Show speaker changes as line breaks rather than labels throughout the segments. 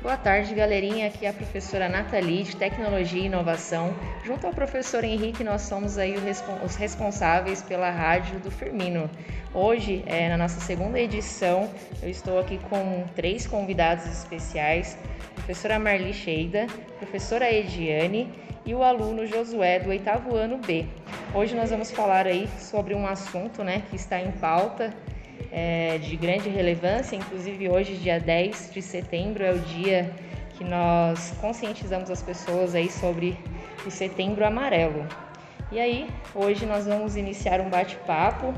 Boa tarde, galerinha. Aqui é a professora Nathalie, de Tecnologia e Inovação. Junto ao professor Henrique, nós somos aí os responsáveis pela rádio do Firmino. Hoje, na nossa segunda edição, eu estou aqui com 3 convidados especiais, professora Marli Sheida, professora Ediane e o aluno Josué, do 8º ano B. Hoje nós vamos falar aí sobre um assunto, que está em pauta, de grande relevância. Inclusive hoje, dia 10 de setembro, é o dia que nós conscientizamos as pessoas aí sobre o Setembro Amarelo. E aí, hoje nós vamos iniciar um bate-papo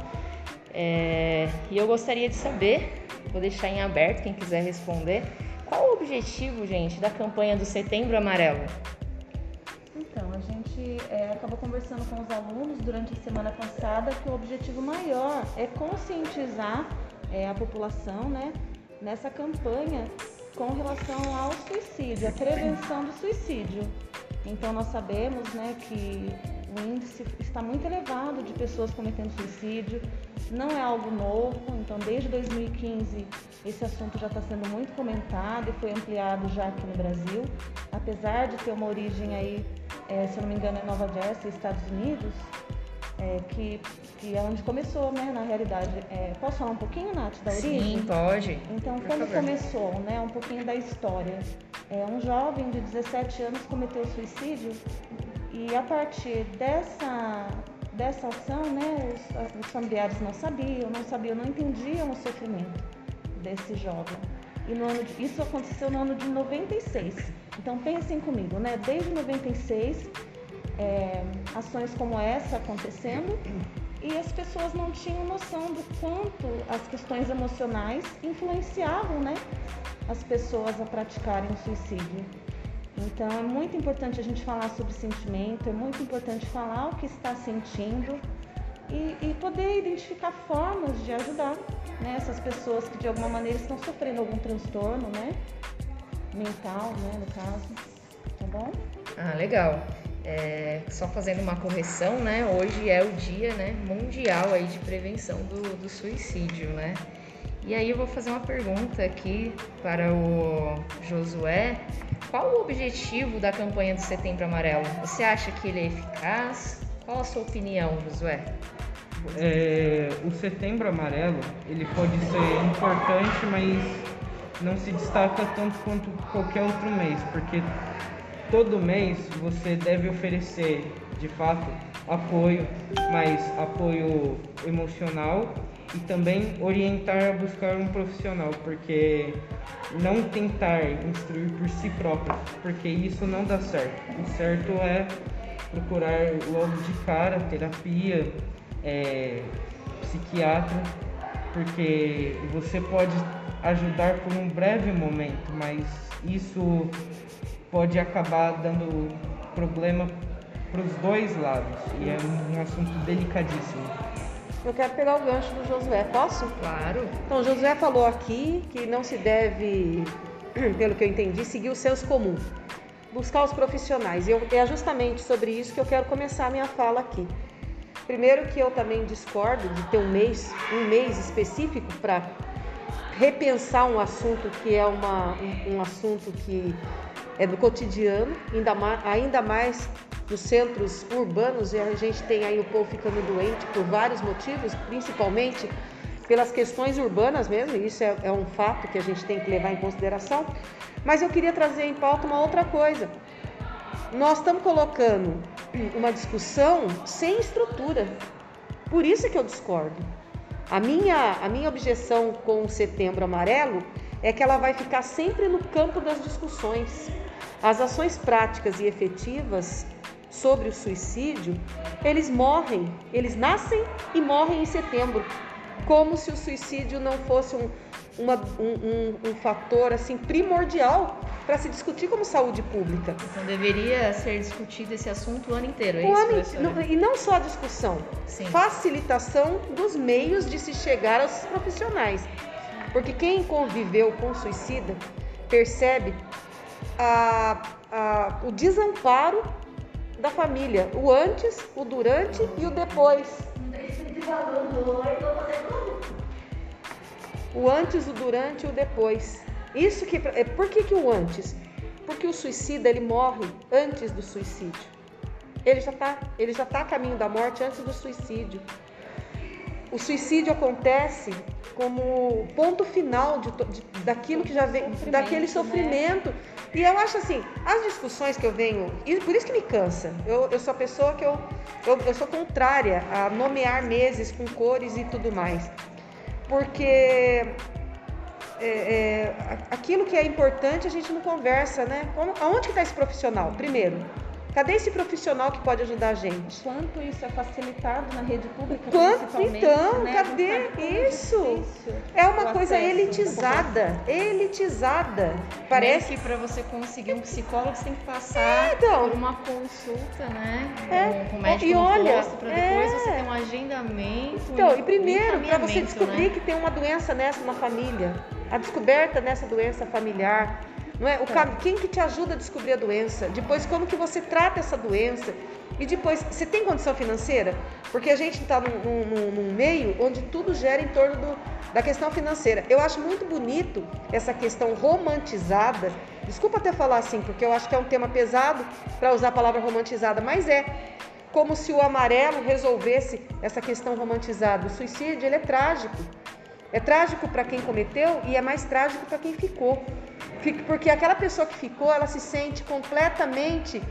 e eu gostaria de saber, vou deixar em aberto quem quiser responder, qual o objetivo, gente, da campanha do Setembro Amarelo?
Então, a gente acabou conversando com os alunos durante a semana passada que o objetivo maior é conscientizar a população, nessa campanha com relação ao suicídio, a prevenção do suicídio. Então, nós sabemos, que o índice está muito elevado de pessoas cometendo suicídio, não é algo novo. Então, desde 2015, esse assunto já está sendo muito comentado e foi ampliado já aqui no Brasil, apesar de ter uma origem aí, se eu não me engano, é Nova Jersey, Estados Unidos, que é onde começou, na realidade. Posso falar um pouquinho, Nath, da origem?
Sim, pode.
Então, quando começou, um pouquinho da história. Um jovem de 17 anos cometeu suicídio e a partir dessa ação, os familiares não entendiam o sofrimento desse jovem. E isso aconteceu no ano de 96. Então pensem comigo, desde 96, ações como essa acontecendo e as pessoas não tinham noção do quanto as questões emocionais influenciavam, as pessoas a praticarem o suicídio. Então é muito importante a gente falar sobre sentimento, é muito importante falar o que está sentindo e poder identificar formas de ajudar essas pessoas que de alguma maneira estão sofrendo algum transtorno mental, no caso, tá bom?
Ah, legal. Só fazendo uma correção, hoje é o dia mundial aí de prevenção do suicídio, E aí eu vou fazer uma pergunta aqui para o Josué. Qual o objetivo da campanha do Setembro Amarelo? Você acha que ele é eficaz? Qual a sua opinião, Josué?
O Setembro Amarelo, ele pode ser importante, mas não se destaca tanto quanto qualquer outro mês, porque todo mês você deve oferecer, de fato, apoio, mas apoio emocional e também orientar a buscar um profissional, porque não tentar instruir por si próprio, porque isso não dá certo. O certo é procurar logo de cara terapia, psiquiatra, porque você pode ajudar por um breve momento, mas isso pode acabar dando problema para os dois lados e é um assunto delicadíssimo.
Eu quero pegar o gancho do Josué, posso?
Claro.
Então, o Josué falou aqui que não se deve, pelo que eu entendi, seguir o senso comum, buscar os profissionais. E é justamente sobre isso que eu quero começar a minha fala aqui. Primeiro que eu também discordo de ter um mês específico para repensar um assunto que é um assunto que é do cotidiano, ainda mais nos centros urbanos, e a gente tem aí o povo ficando doente por vários motivos, principalmente pelas questões urbanas mesmo, e isso é um fato que a gente tem que levar em consideração. Mas eu queria trazer em pauta uma outra coisa. Nós estamos colocando uma discussão sem estrutura, por isso que eu discordo. A minha objeção com o Setembro Amarelo é que ela vai ficar sempre no campo das discussões. As ações práticas e efetivas sobre o suicídio, eles nascem e morrem em setembro, como se o suicídio não fosse um fator assim, primordial para se discutir como saúde pública.
Então deveria ser discutido esse assunto o ano inteiro, é isso, professora?
E não só a discussão,
Sim.
Facilitação dos meios de se chegar aos profissionais. Porque quem conviveu com o suicida percebe o desamparo da família, o antes, o durante e o depois. O antes, o durante e o depois. Isso que por que o antes? Porque o suicida ele morre antes do suicídio. Ele já tá a caminho da morte antes do suicídio. O suicídio acontece como ponto final daquilo que já vem, daquele sofrimento. Né? E eu acho assim, as discussões que eu venho, e por isso que me cansa. Eu sou a pessoa que eu sou contrária a nomear meses com cores e tudo mais. Porque aquilo que é importante a gente não conversa, né? Aonde que está esse profissional? Primeiro, cadê esse profissional que pode ajudar a gente?
Quanto isso é facilitado na rede pública,
principalmente, então,
né?
cadê isso? É uma coisa elitizada.
Parece que para você conseguir um psicólogo você tem que passar por uma consulta, né? Com o médico no posto, para depois você ter um agendamento.
Então, e primeiro, para você descobrir, né, que tem uma doença nessa na família, a descoberta dessa doença familiar. Não é? Quem que te ajuda a descobrir a doença? Depois, como que você trata essa doença? E depois, você tem condição financeira? Porque a gente está num meio onde tudo gira em torno da questão financeira. Eu acho muito bonito essa questão romantizada. Desculpa até falar assim, porque eu acho que é um tema pesado para usar a palavra romantizada, mas é como se o amarelo resolvesse essa questão romantizada. O suicídio, ele é trágico. É trágico para quem cometeu e é mais trágico para quem ficou. Porque aquela pessoa que ficou, ela se sente completamente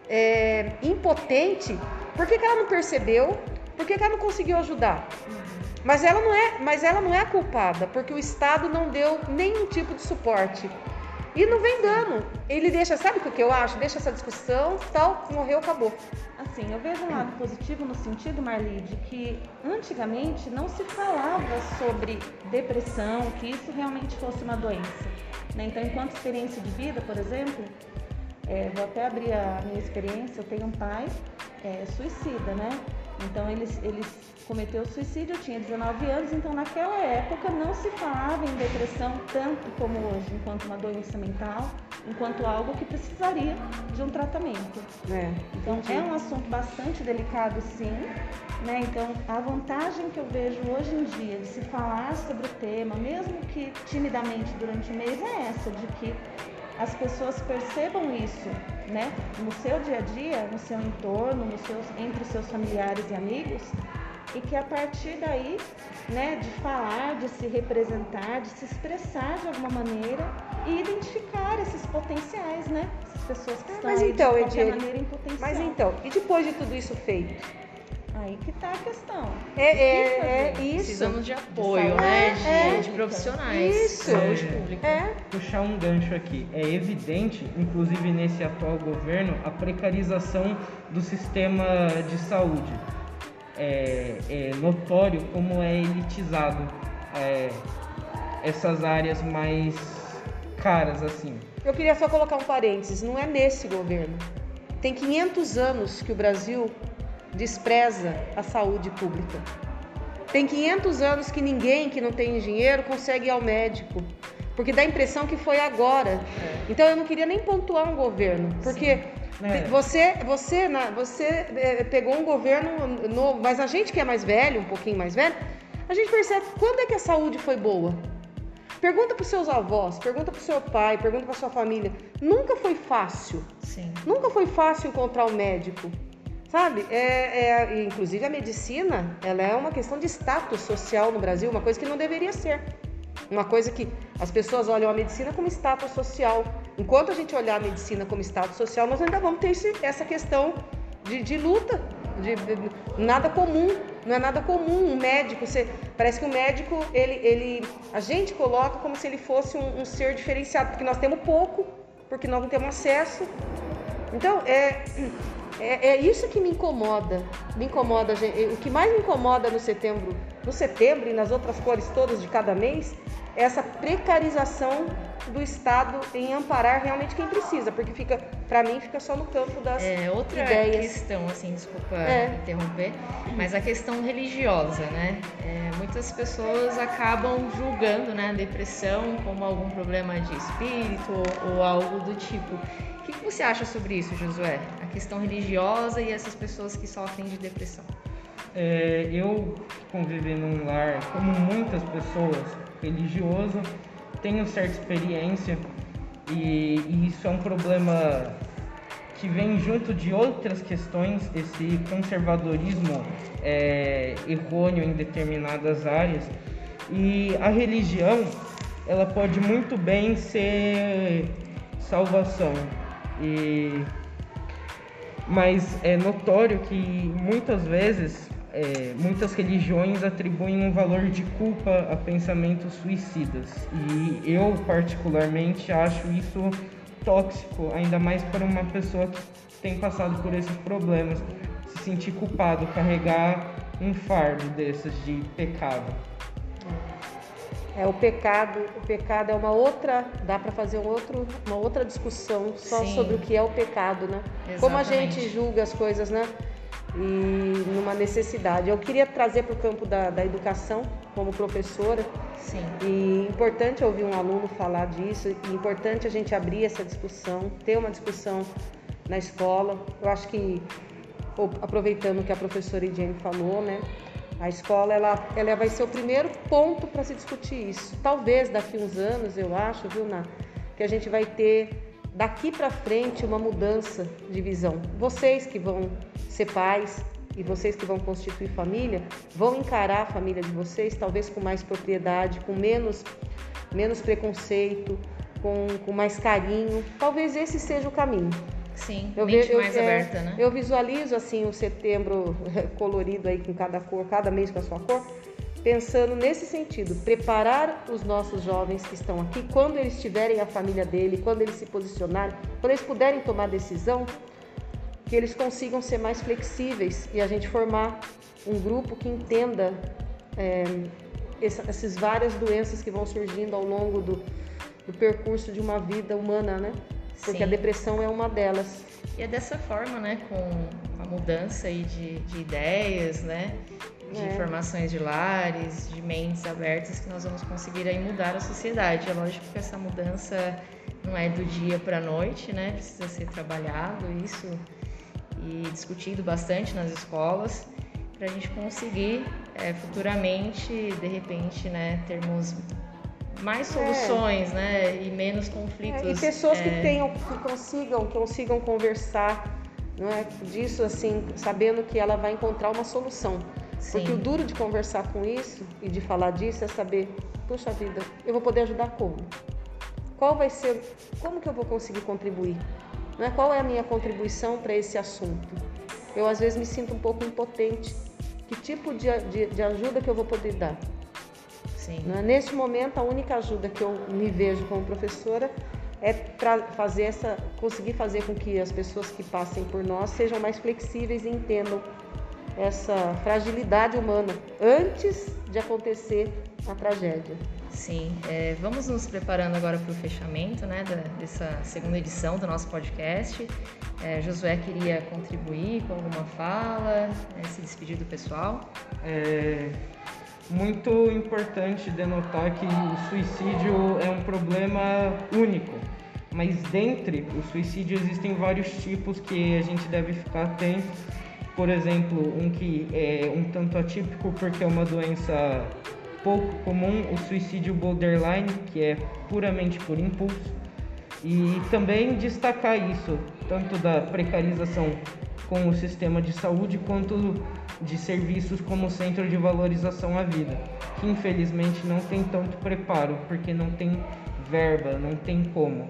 impotente. Por que ela não percebeu? Por que ela não conseguiu ajudar? Mas ela não é a culpada, porque o Estado não deu nenhum tipo de suporte. E não vem dando. Ele deixa, sabe o que eu acho? Deixa essa discussão, tal, morreu, acabou.
Assim, eu vejo um lado positivo no sentido, Marli, de que antigamente não se falava sobre depressão, que isso realmente fosse uma doença. Né? Então, enquanto experiência de vida, por exemplo, vou até abrir a minha experiência, eu tenho um pai suicida, né? Então, ele cometeu suicídio, eu tinha 19 anos, então naquela época não se falava em depressão tanto como hoje, enquanto uma doença mental, enquanto algo que precisaria de um tratamento. Então, é um assunto bastante delicado, sim. Né? Então, a vantagem que eu vejo hoje em dia de se falar sobre o tema, mesmo que timidamente durante o mês, é essa, de que as pessoas percebam isso, né? No seu dia a dia, no seu entorno, entre os seus familiares e amigos, e que a partir daí, né, de falar, de se representar, de se expressar de alguma maneira e identificar esses potenciais, né? Essas pessoas que estão aí de qualquer maneira em potencial.
Mas então, e depois de tudo isso feito?
Aí que tá a questão.
Isso.
Precisamos de apoio, né? De profissionais.
Isso.
Saúde pública.
Puxar um gancho aqui. É evidente, inclusive nesse atual governo, a precarização do sistema de saúde. É notório como é elitizado essas áreas mais caras, assim.
Eu queria só colocar um parênteses. Não é nesse governo. Tem 500 anos que o Brasil despreza a saúde pública. Tem 500 anos que ninguém que não tem dinheiro consegue ir ao médico, porque dá a impressão que foi agora. Então eu não queria nem pontuar um governo, porque você pegou um governo novo, mas a gente que é mais velho, um pouquinho mais velho, a gente percebe quando é que a saúde foi boa. Pergunta para os seus avós, pergunta para o seu pai, pergunta para a sua família. Nunca foi fácil.
Sim.
Nunca foi fácil encontrar um médico. Sabe, inclusive a medicina, ela é uma questão de status social no Brasil, uma coisa que não deveria ser. Uma coisa que as pessoas olham a medicina como status social. Enquanto a gente olhar a medicina como status social, nós ainda vamos ter essa questão de luta, de nada comum. Não é nada comum um médico, parece que o médico, a gente coloca como se ele fosse um ser diferenciado, porque nós temos pouco, porque nós não temos acesso. Então, é isso que me incomoda, gente. O que mais me incomoda no setembro e nas outras cores todas de cada mês, é essa precarização do Estado em amparar realmente quem precisa, porque para mim fica só no campo das
outra
ideias.
Questão, assim, desculpa interromper, mas a questão religiosa, né? Muitas pessoas acabam julgando, né, a depressão como algum problema de espírito ou algo do tipo. O que você acha sobre isso, Josué? A questão religiosa e essas pessoas que sofrem de depressão?
Eu convivi num lar, como muitas pessoas, religioso, tenho certa experiência e isso é um problema que vem junto de outras questões, esse conservadorismo errôneo em determinadas áreas. E a religião, ela pode muito bem ser salvação. Mas é notório que muitas vezes muitas religiões atribuem um valor de culpa a pensamentos suicidas. E eu particularmente acho isso tóxico, ainda mais para uma pessoa que tem passado por esses problemas, se sentir culpado, carregar um fardo desses de pecado.
O pecado é uma outra, dá para fazer uma outra discussão só
Sim.
sobre o que é o pecado, né?
Exatamente.
Como a gente julga as coisas, né? E numa necessidade. Eu queria trazer para o campo da educação, como professora,
Sim.
e importante ouvir um aluno falar disso, e importante a gente abrir essa discussão, ter uma discussão na escola. Eu acho que, aproveitando o que a professora Ediane falou, né? A escola ela vai ser o primeiro ponto para se discutir isso. Talvez daqui uns anos, eu acho, viu, Ná, que a gente vai ter daqui para frente uma mudança de visão. Vocês que vão ser pais e vocês que vão constituir família, vão encarar a família de vocês talvez com mais propriedade, com menos preconceito, com mais carinho. Talvez esse seja o caminho.
Sim, mente mais aberta, né?
Eu visualizo assim o setembro colorido aí com cada cor, cada mês com a sua cor, pensando nesse sentido, preparar os nossos jovens que estão aqui, quando eles tiverem a família dele, quando eles se posicionarem, quando eles puderem tomar decisão, que eles consigam ser mais flexíveis e a gente formar um grupo que entenda essas várias doenças que vão surgindo ao longo do percurso de uma vida humana, né? Porque
Sim.
a depressão é uma delas.
E é dessa forma, né, com a mudança aí de ideias, né, de formações de lares, de mentes abertas, que nós vamos conseguir aí mudar a sociedade. É lógico que essa mudança não é do dia para a noite, né, precisa ser trabalhado isso e discutido bastante nas escolas para a gente conseguir futuramente, de repente, né, termos mais soluções, né, e menos conflitos.
E pessoas que consigam conversar, não é, disso assim, sabendo que ela vai encontrar uma solução.
Sim.
Porque o duro de conversar com isso e de falar disso é saber, puxa vida, eu vou poder ajudar como? Como que eu vou conseguir contribuir? Não é? Qual é a minha contribuição para esse assunto? Eu às vezes me sinto um pouco impotente. Que tipo de ajuda que eu vou poder dar?
Sim.
Neste momento, a única ajuda que eu me vejo como professora é para conseguir fazer com que as pessoas que passem por nós sejam mais flexíveis e entendam essa fragilidade humana antes de acontecer a tragédia.
Sim, vamos nos preparando agora para o fechamento, né, dessa segunda edição do nosso podcast. Josué queria contribuir com alguma fala, se despedir do pessoal.
Muito importante denotar que o suicídio é um problema único, mas dentre o suicídio existem vários tipos que a gente deve ficar atento. Por exemplo, um que é um tanto atípico porque é uma doença pouco comum, o suicídio borderline, que é puramente por impulso. E também destacar isso, tanto da precarização com o sistema de saúde, quanto de serviços como o Centro de Valorização à Vida, que infelizmente não tem tanto preparo, porque não tem verba, não tem como.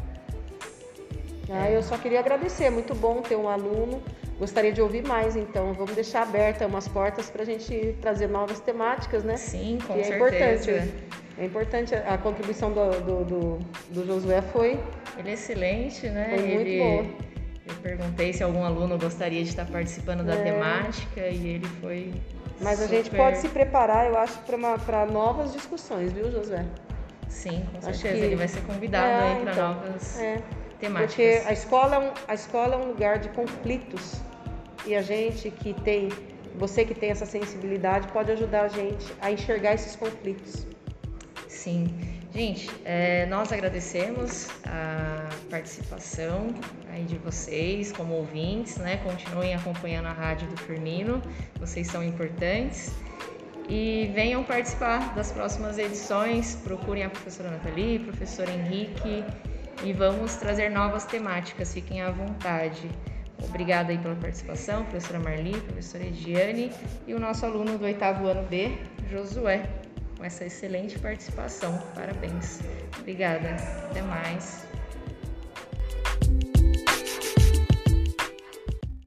Eu só queria agradecer, muito bom ter um aluno, gostaria de ouvir mais, então vamos deixar abertas umas portas para a gente trazer novas temáticas, né?
Sim, com
e
certeza.
É importante, a contribuição do Josué foi...
Ele é excelente, né?
Foi muito boa.
Eu perguntei se algum aluno gostaria de estar participando da temática e ele foi
Mas
super...
a gente pode se preparar, eu acho, para novas discussões, viu, Josué?
Sim, com
Acho
certeza.
que...
Ele vai ser convidado aí para novas temáticas.
Porque a escola é um lugar de conflitos e a gente você que tem essa sensibilidade pode ajudar a gente a enxergar esses conflitos.
Sim. Gente, nós agradecemos a participação aí de vocês como ouvintes, né? Continuem acompanhando a Rádio do Firmino, vocês são importantes. E venham participar das próximas edições, procurem a professora Nathalie, professor Henrique, e vamos trazer novas temáticas, fiquem à vontade. Obrigada aí pela participação, professora Marli, professora Ediane e o nosso aluno do 8º ano B, Josué, com essa excelente participação. Parabéns. Obrigada. Até mais.